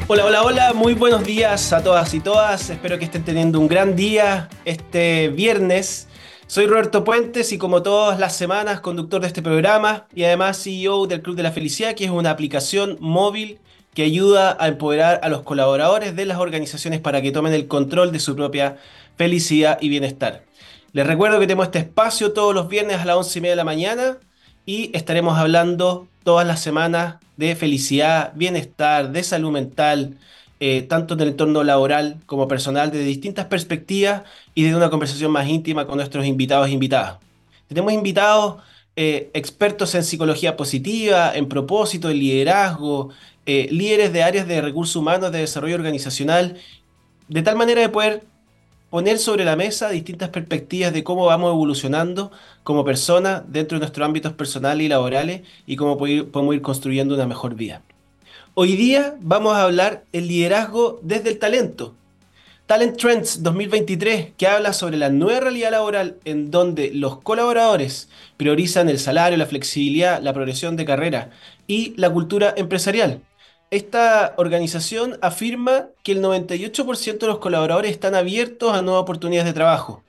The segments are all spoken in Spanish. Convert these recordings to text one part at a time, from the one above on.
Hola, hola, hola, muy buenos días a todas y todas. Espero que estén teniendo un gran día este viernes. Soy Roberto Puentes y como todas las semanas, conductor de este programa y además CEO del Club de la Felicidad, que es una aplicación móvil que ayuda a empoderar a los colaboradores de las organizaciones para que tomen el control de su propia felicidad y bienestar. Les recuerdo que tenemos este espacio todos los viernes a las 11:30 de la mañana y estaremos hablando todas las semanas de felicidad, bienestar, de salud mental, tanto en el entorno laboral como personal, desde distintas perspectivas y desde una conversación más íntima con nuestros invitados e invitadas. Tenemos invitados expertos en psicología positiva, en propósito, en liderazgo, líderes de áreas de recursos humanos, de desarrollo organizacional, de tal manera de poder poner sobre la mesa distintas perspectivas de cómo vamos evolucionando como personas dentro de nuestros ámbitos personales y laborales y cómo podemos ir construyendo una mejor vida. Hoy día vamos a hablar el liderazgo desde el talento. Talent Trends 2023, que habla sobre la nueva realidad laboral en donde los colaboradores priorizan el salario, la flexibilidad, la progresión de carrera y la cultura empresarial. Esta organización afirma que el 98% de los colaboradores están abiertos a nuevas oportunidades de trabajo.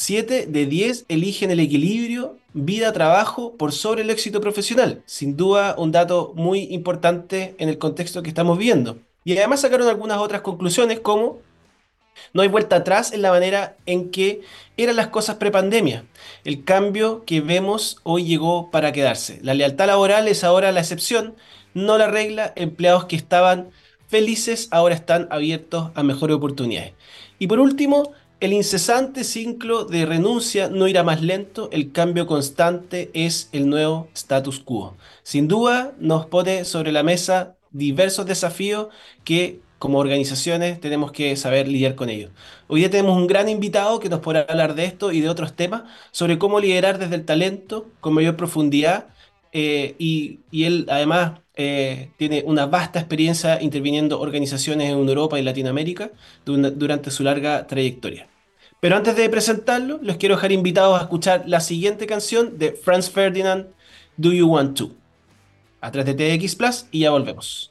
7 de 10 eligen el equilibrio vida-trabajo por sobre el éxito profesional. Sin duda, un dato muy importante en el contexto que estamos viviendo. Y además sacaron algunas otras conclusiones como no hay vuelta atrás en la manera en que eran las cosas prepandemia. El cambio que vemos hoy llegó para quedarse. La lealtad laboral es ahora la excepción, no la regla. Empleados que estaban felices ahora están abiertos a mejores oportunidades. Y por último, el incesante ciclo de renuncia no irá más lento, el cambio constante es el nuevo status quo. Sin duda, nos pone sobre la mesa diversos desafíos que como organizaciones tenemos que saber lidiar con ellos. Hoy día tenemos un gran invitado que nos podrá hablar de esto y de otros temas sobre cómo liderar desde el talento con mayor profundidad y él además tiene una vasta experiencia interviniendo organizaciones en Europa y Latinoamérica durante su larga trayectoria. Pero antes de presentarlo, les quiero dejar invitados a escuchar la siguiente canción de Franz Ferdinand, Do You Want To? A través de TX Plus y ya volvemos.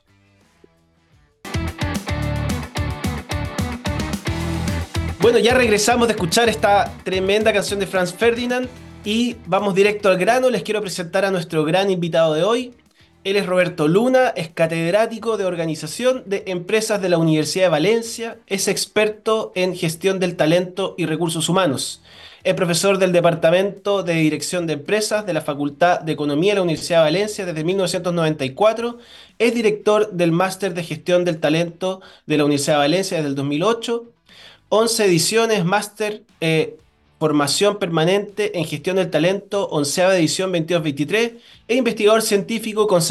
Bueno, ya regresamos de escuchar esta tremenda canción de Franz Ferdinand y vamos directo al grano. Les quiero presentar a nuestro gran invitado de hoy. Él es Roberto Luna, es catedrático de Organización de Empresas de la Universidad de Valencia, es experto en gestión del talento y recursos humanos. Es profesor del Departamento de Dirección de Empresas de la Facultad de Economía de la Universidad de Valencia desde 1994. Es director del Máster de Gestión del Talento de la Universidad de Valencia desde el 2008. 11 ediciones, máster, formación permanente en gestión del talento, onceava edición 22-23, e investigador científico con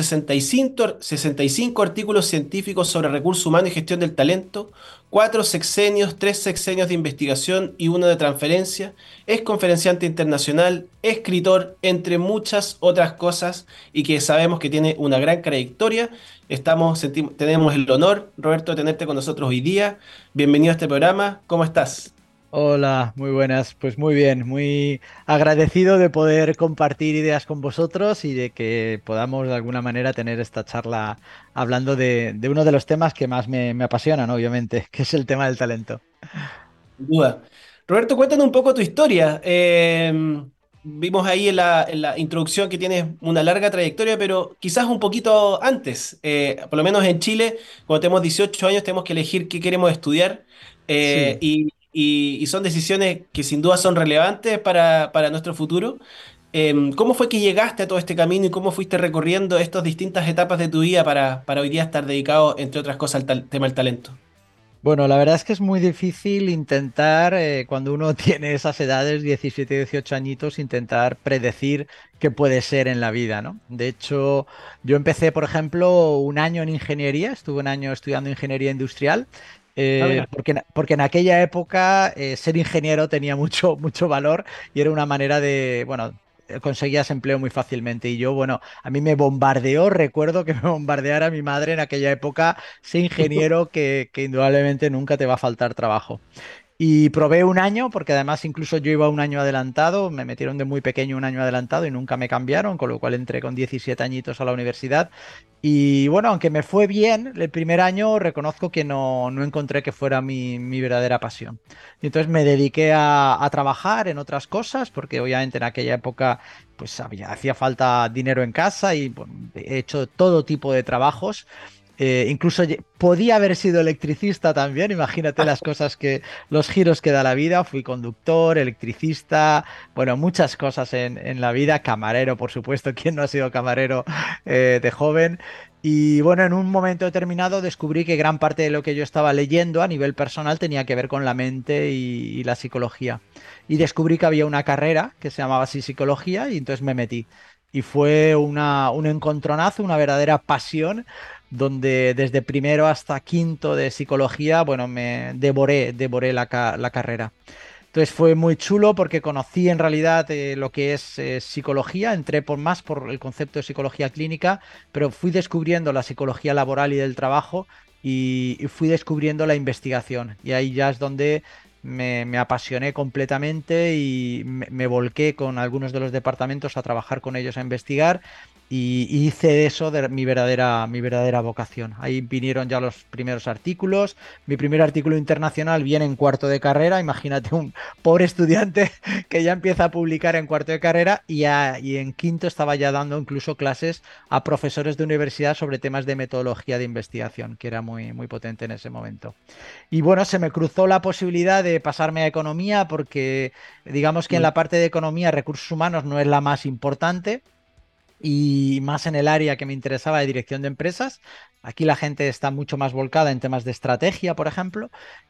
65 artículos científicos sobre recursos humanos y gestión del talento, 4 sexenios, 3 sexenios de investigación y uno de transferencia, es conferenciante internacional, escritor, entre muchas otras cosas, y que sabemos que tiene una gran trayectoria. Tenemos el honor, Roberto, de tenerte con nosotros hoy día. Bienvenido a este programa. ¿Cómo estás? Hola, muy buenas. Pues muy bien, muy agradecido de poder compartir ideas con vosotros y de que podamos de alguna manera tener esta charla hablando de uno de los temas que más me apasionan, obviamente, que es el tema del talento. Sin duda. Roberto, cuéntanos un poco tu historia. Vimos ahí en la introducción que tienes una larga trayectoria, pero quizás un poquito antes. Por lo menos en Chile, cuando tenemos 18 años, tenemos que elegir qué queremos estudiar. Sí. Y son decisiones que sin duda son relevantes para nuestro futuro. ¿Cómo fue que llegaste a todo este camino y cómo fuiste recorriendo estas distintas etapas de tu vida para hoy día estar dedicado, entre otras cosas, al tema del talento? Bueno, la verdad es que es muy difícil intentar, cuando uno tiene esas edades, 17, 18 añitos, intentar predecir qué puede ser en la vida, ¿no? De hecho, yo empecé, por ejemplo, un año en ingeniería, estuve un año estudiando ingeniería industrial, Ah, mira. porque en aquella época ser ingeniero tenía mucho valor y era una manera de, bueno, conseguías empleo muy fácilmente. Y yo, bueno, a mí me bombardeó, recuerdo que me bombardeara mi madre en aquella época, sé ingeniero que indudablemente nunca te va a faltar trabajo. Y probé un año, porque además incluso yo iba un año adelantado, me metieron de muy pequeño un año adelantado y nunca me cambiaron, con lo cual entré con 17 añitos a la universidad. Y bueno, aunque me fue bien el primer año, reconozco que no encontré que fuera mi verdadera pasión. Y entonces me dediqué a trabajar en otras cosas, porque obviamente en aquella época pues hacía falta dinero en casa y bueno, he hecho todo tipo de trabajos. Incluso podía haber sido electricista también, imagínate las cosas los giros que da la vida. Fui conductor, electricista, bueno, muchas cosas en la vida, camarero, por supuesto, ¿quién no ha sido camarero de joven? Y bueno, en un momento determinado descubrí que gran parte de lo que yo estaba leyendo a nivel personal tenía que ver con la mente y la psicología. Y descubrí que había una carrera que se llamaba así psicología y entonces me metí. Y fue un encontronazo, una verdadera pasión donde desde primero hasta quinto de psicología, bueno, devoré la carrera. Entonces fue muy chulo porque conocí en realidad lo que es psicología, entré más por el concepto de psicología clínica, pero fui descubriendo la psicología laboral y del trabajo y fui descubriendo la investigación. Y ahí ya es donde me apasioné completamente y me volqué con algunos de los departamentos a trabajar con ellos a investigar y hice de eso mi verdadera vocación. Ahí vinieron ya los primeros artículos. Mi primer artículo internacional viene en cuarto de carrera. Imagínate un pobre estudiante que ya empieza a publicar en cuarto de carrera y en quinto estaba ya dando incluso clases a profesores de universidad sobre temas de metodología de investigación, que era muy potente en ese momento. Y bueno, se me cruzó la posibilidad de pasarme a economía porque digamos que en Mm. la parte de economía recursos humanos no es la más importante y más en el área que me interesaba de dirección de empresas. Aquí la gente está mucho más volcada en temas de estrategia, por ejemplo,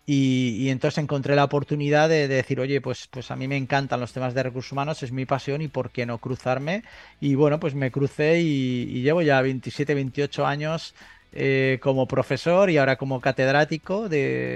y entonces encontré la oportunidad de decir, oye, pues a mí me encantan los temas de recursos humanos, es mi pasión y por qué no cruzarme. Y bueno, pues me crucé y llevo ya 27, 28 años como profesor y ahora como catedrático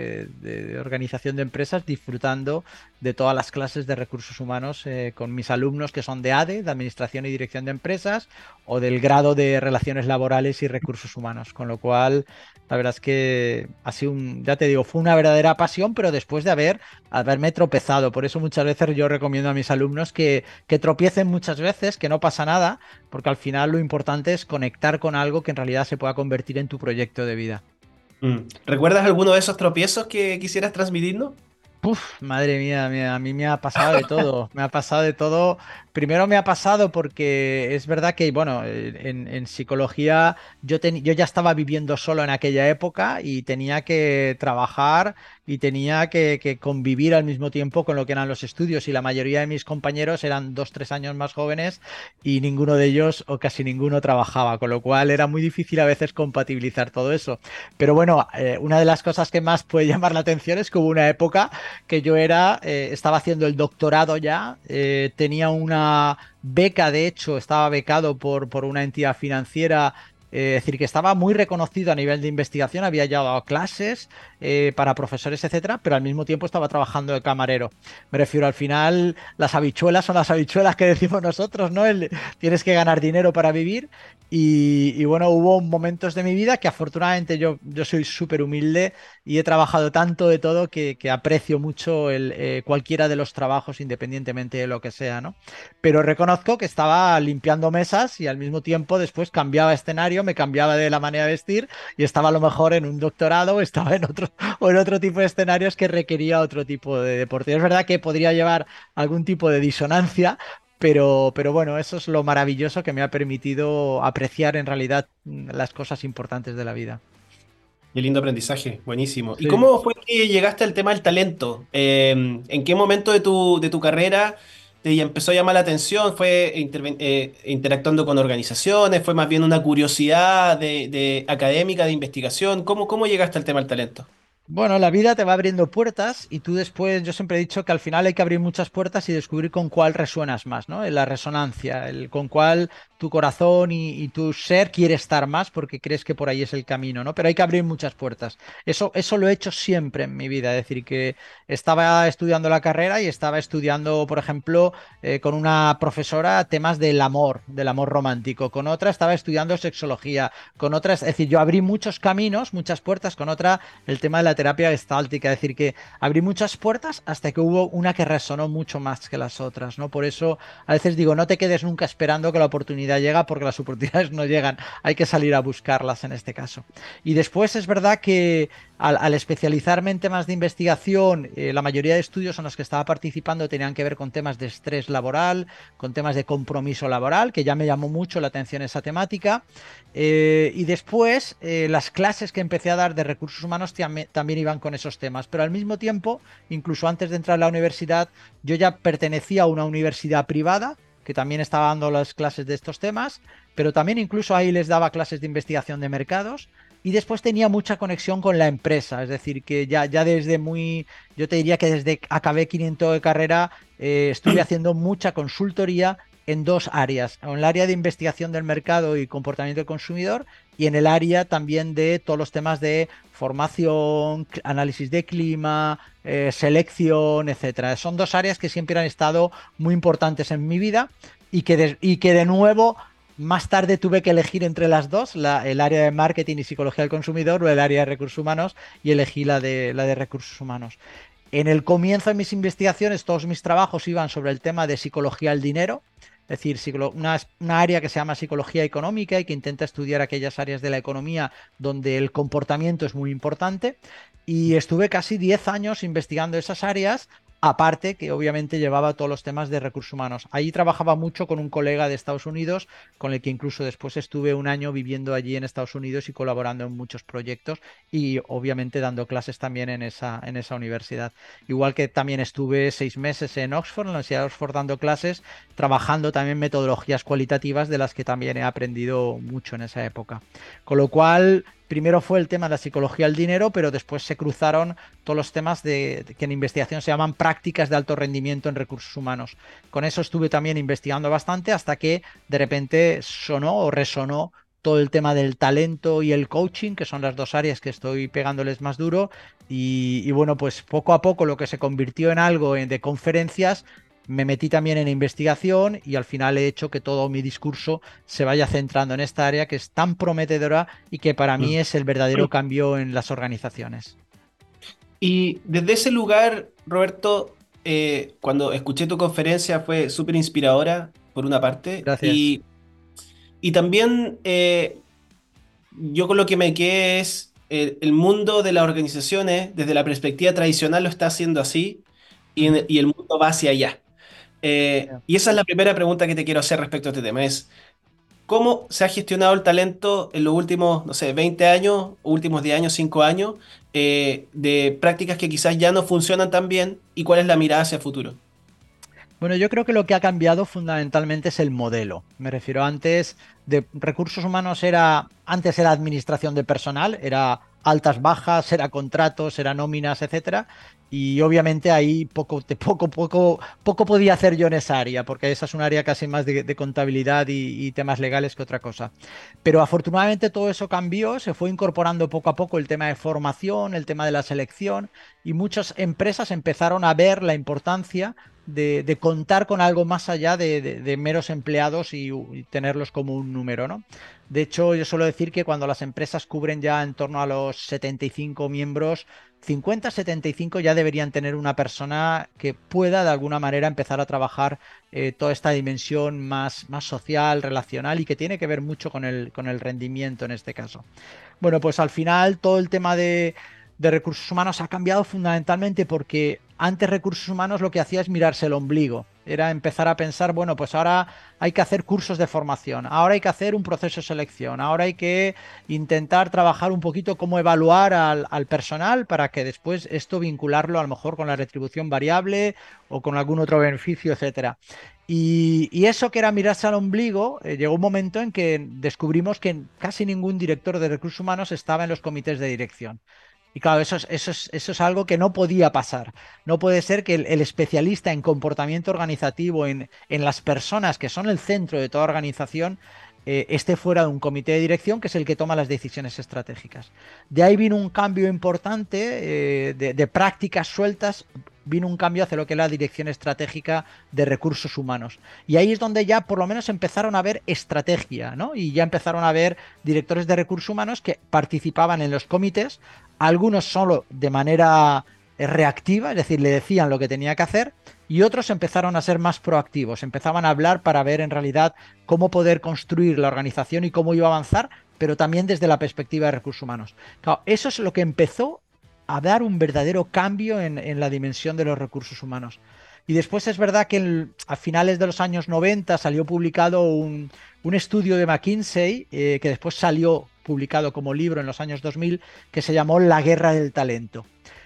de organización de empresas, disfrutando de todas las clases de recursos humanos con mis alumnos que son de ADE, de Administración y Dirección de Empresas, o del grado de Relaciones Laborales y Recursos Humanos. Con lo cual, la verdad es que ha sido ya te digo, fue una verdadera pasión, pero después de haberme tropezado. Por eso muchas veces yo recomiendo a mis alumnos que tropiecen muchas veces, que no pasa nada, porque al final lo importante es conectar con algo que en realidad se pueda convertir en tu proyecto de vida. ¿Recuerdas alguno de esos tropiezos que quisieras transmitirnos? Uf, madre mía, a mí me ha pasado de todo, me ha pasado de todo. Primero me ha pasado porque es verdad que, bueno, en psicología yo ya estaba viviendo solo en aquella época y tenía que trabajar y tenía que convivir al mismo tiempo con lo que eran los estudios y la mayoría de mis compañeros eran 2, 3 años más jóvenes y ninguno de ellos o casi ninguno trabajaba, con lo cual era muy difícil a veces compatibilizar todo eso. Pero bueno, una de las cosas que más puede llamar la atención es que hubo una época que yo estaba haciendo el doctorado ya, tenía una beca, de hecho, estaba becado por una entidad financiera. Es decir, que estaba muy reconocido a nivel de investigación, había ya dado clases para profesores, etcétera, pero al mismo tiempo estaba trabajando de camarero. Me refiero al final, las habichuelas son las habichuelas que decimos nosotros, ¿no? Tienes que ganar dinero para vivir. Y bueno, hubo momentos de mi vida que afortunadamente yo soy súper humilde y he trabajado tanto de todo que aprecio mucho cualquiera de los trabajos independientemente de lo que sea, ¿no? Pero reconozco que estaba limpiando mesas y al mismo tiempo después cambiaba escenario, me cambiaba de la manera de vestir y estaba a lo mejor en un doctorado o estaba en otro, o en otro tipo de escenarios que requería otro tipo de deporte. Es verdad que podría llevar algún tipo de disonancia, pero bueno, eso es lo maravilloso que me ha permitido apreciar en realidad las cosas importantes de la vida. Qué lindo aprendizaje, buenísimo. ¿Y Sí. cómo fue que llegaste al tema del talento? ¿En qué momento de tu carrera te empezó a llamar la atención? ¿Fue interactuando con organizaciones? ¿Fue más bien una curiosidad de académica, de investigación? ¿Cómo llegaste al tema del talento? Bueno, la vida te va abriendo puertas y tú después, yo siempre he dicho que al final hay que abrir muchas puertas y descubrir con cuál resuenas más, ¿no? En la resonancia, con cuál tu corazón y tu ser quiere estar más porque crees que por ahí es el camino, ¿no? Pero hay que abrir muchas puertas. Eso lo he hecho siempre en mi vida, es decir, que estaba estudiando la carrera y estaba estudiando, por ejemplo, con una profesora temas del amor romántico, con otra estaba estudiando sexología, con otras, es decir, yo abrí muchos caminos, muchas puertas, con otra el tema de la terapia gestáltica, es decir, que abrí muchas puertas hasta que hubo una que resonó mucho más que las otras, ¿no? Por eso a veces digo, no te quedes nunca esperando que la oportunidad llegue, porque las oportunidades no llegan, hay que salir a buscarlas en este caso. Y después es verdad que al especializarme en temas de investigación, la mayoría de estudios en los que estaba participando tenían que ver con temas de estrés laboral, con temas de compromiso laboral, que ya me llamó mucho la atención esa temática. Y después las clases que empecé a dar de recursos humanos también iban con esos temas, pero al mismo tiempo, incluso antes de entrar a la universidad, yo ya pertenecía a una universidad privada que también estaba dando las clases de estos temas, pero también incluso ahí les daba clases de investigación de mercados. Y después tenía mucha conexión con la empresa, es decir, que ya desde muy, yo te diría que desde acabé 500 de carrera, estuve haciendo mucha consultoría en dos áreas, en el área de investigación del mercado y comportamiento del consumidor, y en el área también de todos los temas de formación, análisis de clima, selección, etcétera. Son dos áreas que siempre han estado muy importantes en mi vida y que de nuevo más tarde tuve que elegir entre las dos, el área de marketing y psicología del consumidor o el área de recursos humanos, y elegí la de recursos humanos. En el comienzo de mis investigaciones, todos mis trabajos iban sobre el tema de psicología del dinero, es decir, una área que se llama psicología económica y que intenta estudiar aquellas áreas de la economía donde el comportamiento es muy importante. Y estuve casi 10 años investigando esas áreas, aparte que obviamente llevaba todos los temas de recursos humanos. Allí trabajaba mucho con un colega de Estados Unidos, con el que incluso después estuve un año viviendo allí en Estados Unidos y colaborando en muchos proyectos y obviamente dando clases también en esa universidad. Igual que también estuve 6 meses en Oxford, en la Universidad de Oxford, dando clases, trabajando también metodologías cualitativas de las que también he aprendido mucho en esa época. Con lo cual, primero fue el tema de la psicología del dinero, pero después se cruzaron todos los temas que en investigación se llaman prácticas de alto rendimiento en recursos humanos. Con eso estuve también investigando bastante hasta que de repente sonó o resonó todo el tema del talento y el coaching, que son las dos áreas que estoy pegándoles más duro. Y bueno, pues poco a poco lo que se convirtió en algo de conferencias, me metí también en investigación y al final he hecho que todo mi discurso se vaya centrando en esta área que es tan prometedora y que para mí es el verdadero cambio en las organizaciones. Y desde ese lugar, Roberto, cuando escuché tu conferencia fue súper inspiradora, por una parte, Gracias. y también yo con lo que me quedé es el mundo de las organizaciones, desde la perspectiva tradicional, lo está haciendo así, Ujú. y el mundo va hacia allá. Y esa es la primera pregunta que te quiero hacer respecto a este tema, es ¿cómo se ha gestionado el talento en los últimos, no sé, 20 años, últimos 10 años, 5 años, de prácticas que quizás ya no funcionan tan bien y cuál es la mirada hacia el futuro? Bueno, yo creo que lo que ha cambiado fundamentalmente es el modelo. Me refiero antes de recursos humanos antes era administración de personal, era altas, bajas, era contratos, era nóminas, etcétera. Y obviamente ahí poco podía hacer yo en esa área, porque esa es un área casi más de contabilidad y temas legales que otra cosa. Pero afortunadamente todo eso cambió, se fue incorporando poco a poco el tema de formación, el tema de la selección, y muchas empresas empezaron a ver la importancia de contar con algo más allá de meros empleados y tenerlos como un número, ¿no? De hecho, yo suelo decir que cuando las empresas cubren ya en torno a los 75 miembros, 50-75 ya deberían tener una persona que pueda de alguna manera empezar a trabajar toda esta dimensión más social, relacional y que tiene que ver mucho con el rendimiento en este caso. Bueno, pues al final todo el tema de recursos humanos ha cambiado fundamentalmente porque antes recursos humanos lo que hacía es mirarse el ombligo. Era empezar a pensar, bueno, pues ahora hay que hacer cursos de formación, ahora hay que hacer un proceso de selección, ahora hay que intentar trabajar un poquito cómo evaluar al personal para que después esto vincularlo a lo mejor con la retribución variable o con algún otro beneficio, etcétera. Y eso que era mirarse al ombligo, llegó un momento en que descubrimos que casi ningún director de recursos humanos estaba en los comités de dirección. Y claro, eso es algo que no podía pasar. No puede ser que el especialista en comportamiento organizativo, en las personas que son el centro de toda organización, esté fuera de un comité de dirección que es el que toma las decisiones estratégicas. De ahí vino un cambio importante de prácticas sueltas vino un cambio hacia lo que es la dirección estratégica de recursos humanos. Y ahí es donde ya por lo menos empezaron a ver estrategia, ¿no? Y ya empezaron a ver directores de recursos humanos que participaban en los comités, algunos solo de manera reactiva, es decir, le decían lo que tenía que hacer, y otros empezaron a ser más proactivos, empezaban a hablar para ver en realidad cómo poder construir la organización y cómo iba a avanzar, pero también desde la perspectiva de recursos humanos. Claro, eso es lo que empezó a dar un verdadero cambio en la dimensión de los recursos humanos. Y después es verdad que a finales de los años 90 salió publicado un estudio de McKinsey, que después salió publicado como libro en los años 2000, que se llamó La guerra del talento.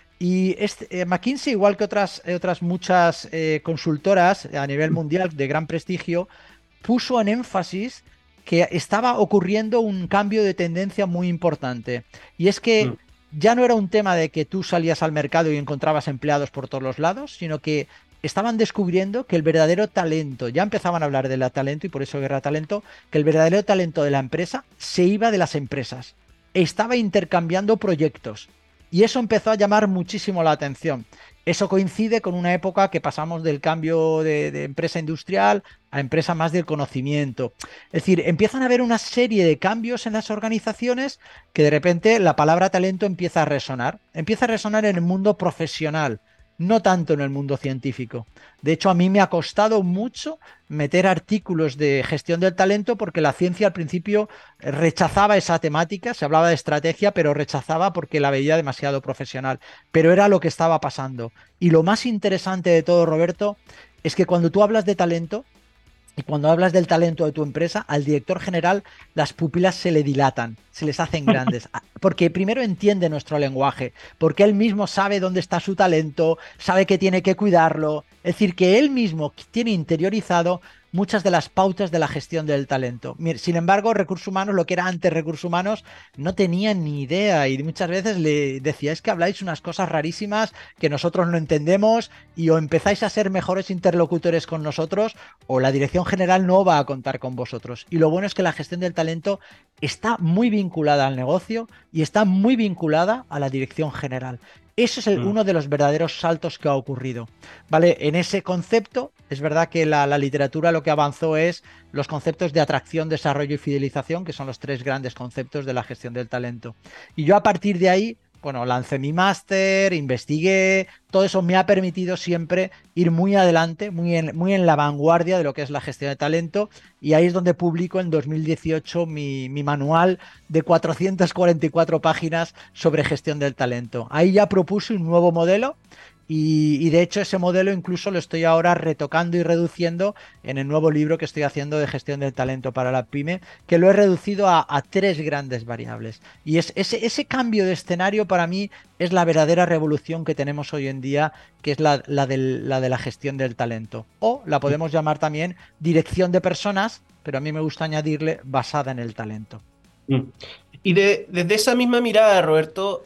Y McKinsey, igual que otras muchas consultoras a nivel mundial de gran prestigio, puso en énfasis que estaba ocurriendo un cambio de tendencia muy importante. Y es que Mm. ya no era un tema de que tú salías al mercado y encontrabas empleados por todos los lados, sino que estaban descubriendo que el verdadero talento, ya empezaban a hablar del talento y por eso guerra talento, que el verdadero talento de la empresa se iba de las empresas, estaba intercambiando proyectos. Y eso empezó a llamar muchísimo la atención. Eso coincide con una época que pasamos del cambio de empresa industrial a empresa más del conocimiento. Es decir, empiezan a haber una serie de cambios en las organizaciones que de repente la palabra talento empieza a resonar. Empieza a resonar en el mundo profesional, no tanto en el mundo científico. De hecho, a mí me ha costado mucho meter artículos de gestión del talento porque la ciencia al principio rechazaba esa temática, se hablaba de estrategia, pero rechazaba porque la veía demasiado profesional. Pero era lo que estaba pasando. Y lo más interesante de todo, Roberto, es que cuando tú hablas de talento, y cuando hablas del talento de tu empresa, al director general las pupilas se le dilatan, se les hacen grandes, porque primero entiende nuestro lenguaje, porque él mismo sabe dónde está su talento, sabe que tiene que cuidarlo, es decir, que él mismo tiene interiorizado muchas de las pautas de la gestión del talento. Sin embargo, recursos humanos, lo que era antes recursos humanos, no tenían ni idea y muchas veces le decía, es que habláis unas cosas rarísimas que nosotros no entendemos y o empezáis a ser mejores interlocutores con nosotros o la dirección general no va a contar con vosotros. Y lo bueno es que la gestión del talento está muy vinculada al negocio y está muy vinculada a la dirección general. Eso es Mm. uno de los verdaderos saltos que ha ocurrido. ¿Vale? En ese concepto, es verdad que la literatura lo que avanzó es los conceptos de atracción, desarrollo y fidelización, que son los tres grandes conceptos de la gestión del talento. Y yo a partir de ahí, bueno, lancé mi máster, investigué, todo eso me ha permitido siempre ir muy adelante, muy en la vanguardia de lo que es la gestión de talento, y ahí es donde publico en 2018 mi manual de 444 páginas sobre gestión del talento. Ahí ya propuse un nuevo modelo y de hecho ese modelo incluso lo estoy ahora retocando y reduciendo en el nuevo libro que estoy haciendo de gestión del talento para la pyme, que lo he reducido a tres grandes variables. Y ese cambio de escenario para mí es la verdadera revolución que tenemos hoy en día, que es la de la gestión del talento. O la podemos llamar también dirección de personas, pero a mí me gusta añadirle basada en el talento. Mm. Y desde esa misma mirada, Roberto,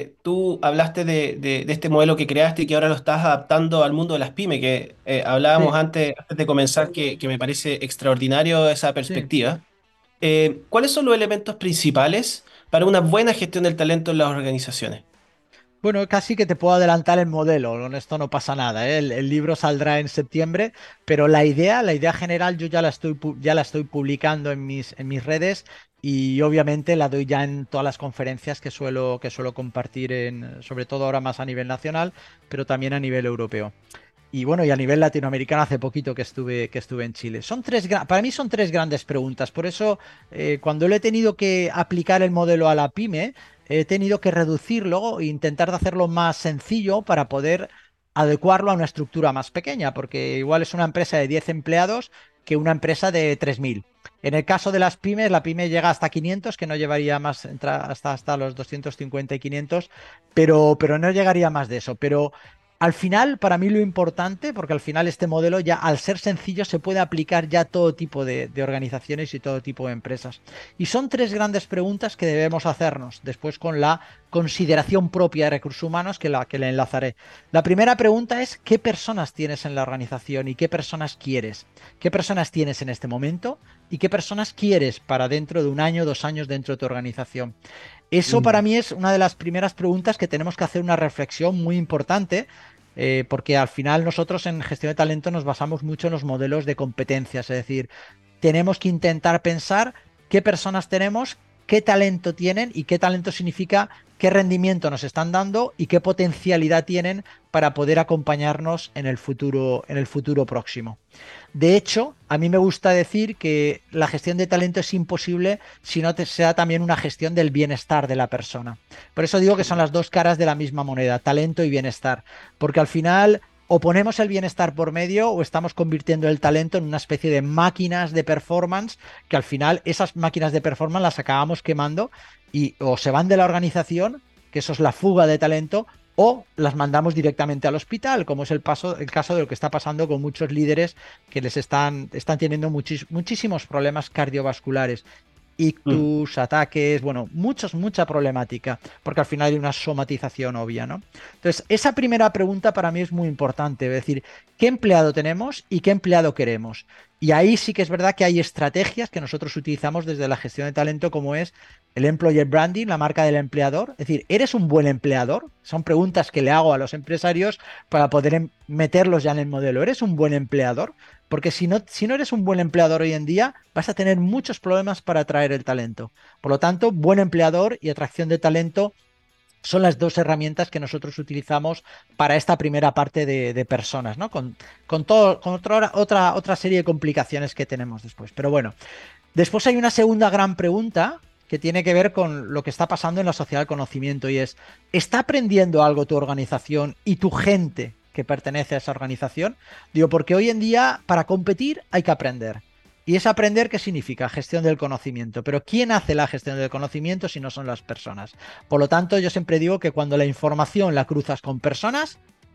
tú hablaste de este modelo que creaste y que ahora lo estás adaptando al mundo de las pymes, que hablábamos Sí, antes de comenzar, que me parece extraordinario esa sí. perspectiva. ¿Cuáles son los elementos principales para una buena gestión del talento en las organizaciones? Bueno, casi que te puedo adelantar el modelo, con esto no pasa nada, ¿eh? El libro saldrá en septiembre, pero la idea general yo ya la estoy publicando en mis redes y obviamente la doy ya en todas las conferencias que suelo compartir sobre todo ahora más a nivel nacional, pero también a nivel europeo. Y bueno, y a nivel latinoamericano hace poquito que estuve en Chile. Para mí son tres grandes preguntas. Por eso, cuando le he tenido que aplicar el modelo a la pyme, he tenido que reducirlo e intentar de hacerlo más sencillo para poder adecuarlo a una estructura más pequeña, porque igual es una empresa de 10 empleados que una empresa de 3.000. En el caso de las pymes, la pyme llega hasta 500, que no llevaría más hasta los 250 y 500, pero no llegaría más de eso. Pero al final, para mí lo importante, porque al final este modelo ya al ser sencillo se puede aplicar ya a todo tipo de organizaciones y todo tipo de empresas. Y son tres grandes preguntas que debemos hacernos después con la consideración propia de recursos humanos que le enlazaré. La primera pregunta es ¿qué personas tienes en la organización y qué personas quieres? ¿Qué personas tienes en este momento y qué personas quieres para dentro de un año, 2 años dentro de tu organización? Eso para Mm. mí es una de las primeras preguntas que tenemos que hacer una reflexión muy importante, porque al final nosotros en gestión de talento nos basamos mucho en los modelos de competencias, es decir, tenemos que intentar pensar qué personas tenemos, qué talento tienen y qué talento significa qué rendimiento nos están dando y qué potencialidad tienen para poder acompañarnos en el futuro próximo. De hecho, a mí me gusta decir que la gestión de talento es imposible si no sea también una gestión del bienestar de la persona. Por eso digo que son las dos caras de la misma moneda, talento y bienestar, porque al final o ponemos el bienestar por medio o estamos convirtiendo el talento en una especie de máquinas de performance que al final esas máquinas de performance las acabamos quemando y o se van de la organización, que eso es la fuga de talento, o las mandamos directamente al hospital, como es el caso de lo que está pasando con muchos líderes que están teniendo muchísimos problemas cardiovasculares, Mm. ictus, ataques, bueno, mucha problemática, porque al final hay una somatización obvia, ¿no? Entonces, esa primera pregunta para mí es muy importante, es decir, ¿qué empleado tenemos y qué empleado queremos? Y ahí sí que es verdad que hay estrategias que nosotros utilizamos desde la gestión de talento, como es el employer branding, la marca del empleador. Es decir, ¿eres un buen empleador? Son preguntas que le hago a los empresarios para poder meterlos ya en el modelo. ¿Eres un buen empleador? Porque si no eres un buen empleador hoy en día, vas a tener muchos problemas para atraer el talento. Por lo tanto, buen empleador y atracción de talento son las dos herramientas que nosotros utilizamos para esta primera parte de personas, ¿no? Con otra serie de complicaciones que tenemos después. Pero bueno, después hay una segunda gran pregunta que tiene que ver con lo que está pasando en la sociedad del conocimiento y es, ¿está aprendiendo algo tu organización y tu gente que pertenece a esa organización? Digo, porque hoy en día para competir hay que aprender. ¿Y ese aprender qué significa? Gestión del conocimiento. Pero ¿quién hace la gestión del conocimiento si no son las personas? Por lo tanto, yo siempre digo que cuando la información la cruzas con personas,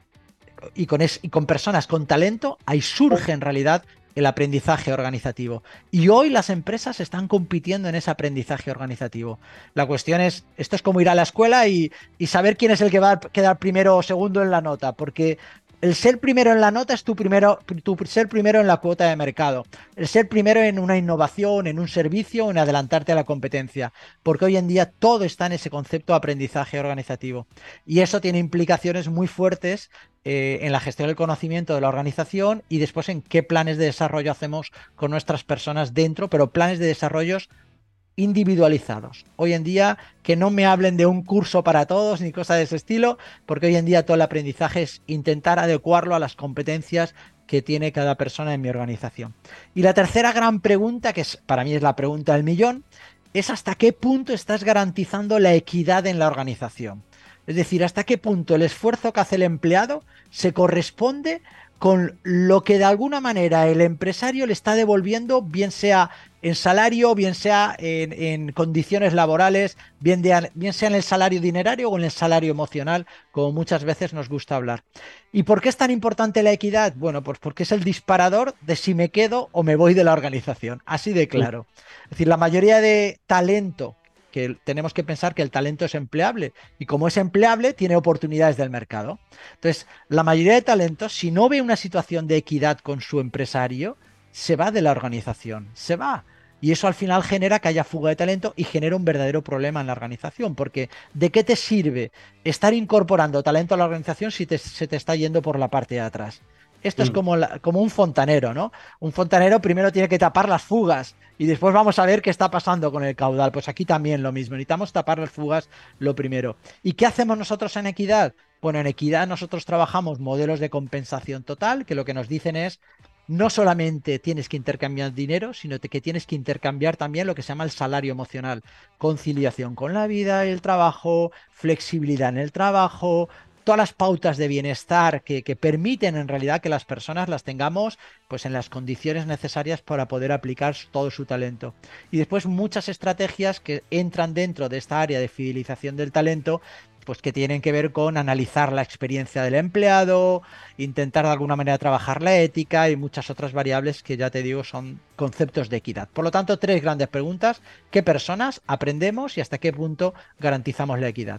y con personas con talento, ahí surge en realidad el aprendizaje organizativo. Y hoy las empresas están compitiendo en ese aprendizaje organizativo. La cuestión es, esto es como ir a la escuela y saber quién es el que va a quedar primero o segundo en la nota, porque el ser primero en la nota es tu ser primero en la cuota de mercado, el ser primero en una innovación, en un servicio, en adelantarte a la competencia, porque hoy en día todo está en ese concepto de aprendizaje organizativo. Y eso tiene implicaciones muy fuertes en la gestión del conocimiento de la organización y después en qué planes de desarrollo hacemos con nuestras personas dentro, pero planes de desarrollos individualizados. Hoy en día que no me hablen de un curso para todos ni cosa de ese estilo, porque hoy en día todo el aprendizaje es intentar adecuarlo a las competencias que tiene cada persona en mi organización. Y la tercera gran pregunta, que para mí es la pregunta del millón, es hasta qué punto estás garantizando la equidad en la organización. Es decir, hasta qué punto el esfuerzo que hace el empleado se corresponde con lo que de alguna manera el empresario le está devolviendo, bien sea en salario, bien sea en condiciones laborales, bien sea en el salario dinerario o en el salario emocional, como muchas veces nos gusta hablar. ¿Y por qué es tan importante la equidad? Bueno, pues porque es el disparador de si me quedo o me voy de la organización, así de claro. Es decir, la mayoría de talento, que tenemos que pensar que el talento es empleable y como es empleable tiene oportunidades del mercado. Entonces, la mayoría de talentos, si no ve una situación de equidad con su empresario, se va de la organización, se va. Y eso al final genera que haya fuga de talento y genera un verdadero problema en la organización, porque ¿de qué te sirve estar incorporando talento a la organización si se te está yendo por la parte de atrás? Esto es Mm. como un fontanero, ¿no? Un fontanero primero tiene que tapar las fugas y después vamos a ver qué está pasando con el caudal. Pues aquí también lo mismo, necesitamos tapar las fugas lo primero. ¿Y qué hacemos nosotros en equidad? Bueno, en equidad nosotros trabajamos modelos de compensación total, que lo que nos dicen es, no solamente tienes que intercambiar dinero, sino que tienes que intercambiar también lo que se llama el salario emocional, conciliación con la vida, el trabajo, flexibilidad en el trabajo, todas las pautas de bienestar que permiten en realidad que las personas las tengamos pues en las condiciones necesarias para poder aplicar todo su talento. Y después muchas estrategias que entran dentro de esta área de fidelización del talento, pues que tienen que ver con analizar la experiencia del empleado, intentar de alguna manera trabajar la ética y muchas otras variables que ya te digo son conceptos de equidad. Por lo tanto, tres grandes preguntas: ¿qué personas aprendemos y hasta qué punto garantizamos la equidad?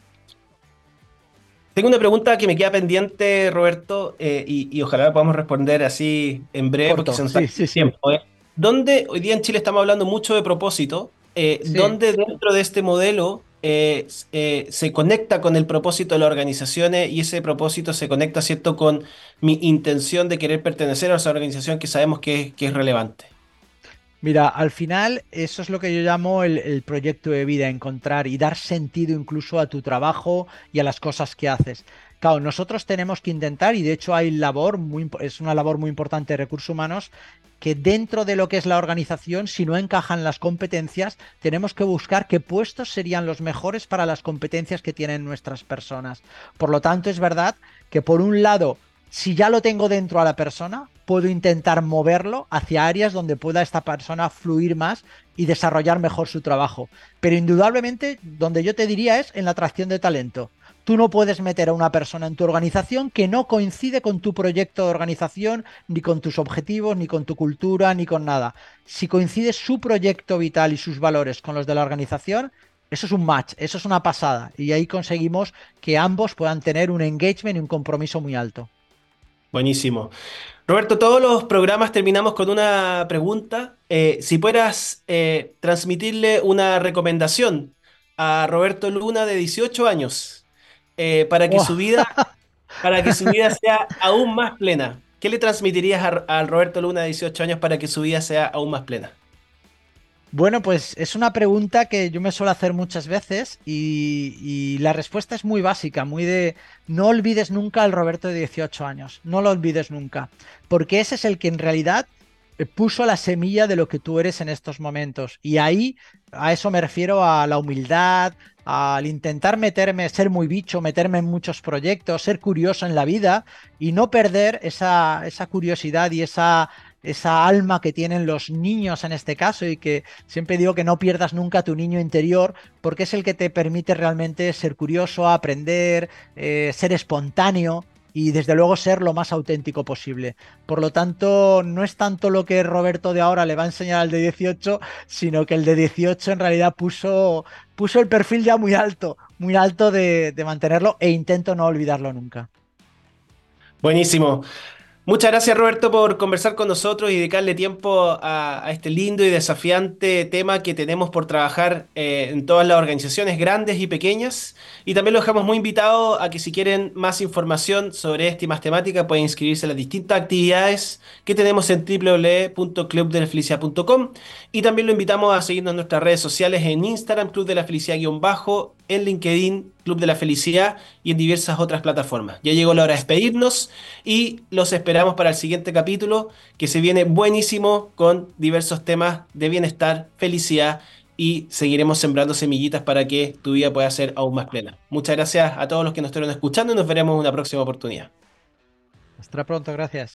Tengo una pregunta que me queda pendiente, Roberto, y ojalá podamos responder así en breve porque Corto, se nos está sí, acabando sí, el sí. tiempo, ¿eh? ¿Dónde hoy día en Chile estamos hablando mucho de propósito? Sí. ¿Dónde dentro de este modelo se conecta con el propósito de las organizaciones y ese propósito se conecta, ¿cierto?, con mi intención de querer pertenecer a esa organización que sabemos que es relevante. Mira, al final eso es lo que yo llamo el proyecto de vida, encontrar y dar sentido incluso a tu trabajo y a las cosas que haces. Claro, nosotros tenemos que intentar, y de hecho hay labor es una labor muy importante de recursos humanos, que dentro de lo que es la organización, si no encajan las competencias, tenemos que buscar qué puestos serían los mejores para las competencias que tienen nuestras personas. Por lo tanto, es verdad que por un lado, si ya lo tengo dentro a la persona, puedo intentar moverlo hacia áreas donde pueda esta persona fluir más y desarrollar mejor su trabajo. Pero indudablemente, donde yo te diría es en la atracción de talento. Tú no puedes meter a una persona en tu organización que no coincide con tu proyecto de organización, ni con tus objetivos, ni con tu cultura, ni con nada. Si coincide su proyecto vital y sus valores con los de la organización, eso es un match, eso es una pasada. Y ahí conseguimos que ambos puedan tener un engagement y un compromiso muy alto. Buenísimo. Roberto, todos los programas terminamos con una pregunta. Si pudieras transmitirle una recomendación a Roberto Luna de 18 años para que ¡Oh! para que su vida sea aún más plena, ¿qué le transmitirías al Roberto Luna de 18 años para que su vida sea aún más plena? Bueno, pues es una pregunta que yo me suelo hacer muchas veces y la respuesta es muy básica, muy de no olvides nunca al Roberto de 18 años, no lo olvides nunca, porque ese es el que en realidad puso la semilla de lo que tú eres en estos momentos. Y ahí a eso me refiero a la humildad, al intentar meterme, ser muy bicho, meterme en muchos proyectos, ser curioso en la vida y no perder esa curiosidad y esa alma que tienen los niños en este caso y que siempre digo que no pierdas nunca tu niño interior porque es el que te permite realmente ser curioso, aprender, ser espontáneo y desde luego ser lo más auténtico posible. Por lo tanto, no es tanto lo que Roberto de ahora le va a enseñar al de 18, sino que el de 18 en realidad puso el perfil ya muy alto de mantenerlo e intento no olvidarlo nunca. Buenísimo. Muchas gracias, Roberto, por conversar con nosotros y dedicarle tiempo a este lindo y desafiante tema que tenemos por trabajar en todas las organizaciones grandes y pequeñas. Y también los dejamos muy invitados a que si quieren más información sobre esta y más temática pueden inscribirse en las distintas actividades que tenemos en www.clubdelafelicidad.com y también lo invitamos a seguirnos en nuestras redes sociales en Instagram, Club de la Felicidad-bajo, en LinkedIn, Club de la Felicidad y en diversas otras plataformas. Ya llegó la hora de despedirnos y los esperamos para el siguiente capítulo que se viene buenísimo con diversos temas de bienestar, felicidad y seguiremos sembrando semillitas para que tu vida pueda ser aún más plena. Muchas gracias a todos los que nos estuvieron escuchando y nos veremos en una próxima oportunidad. Hasta pronto, gracias.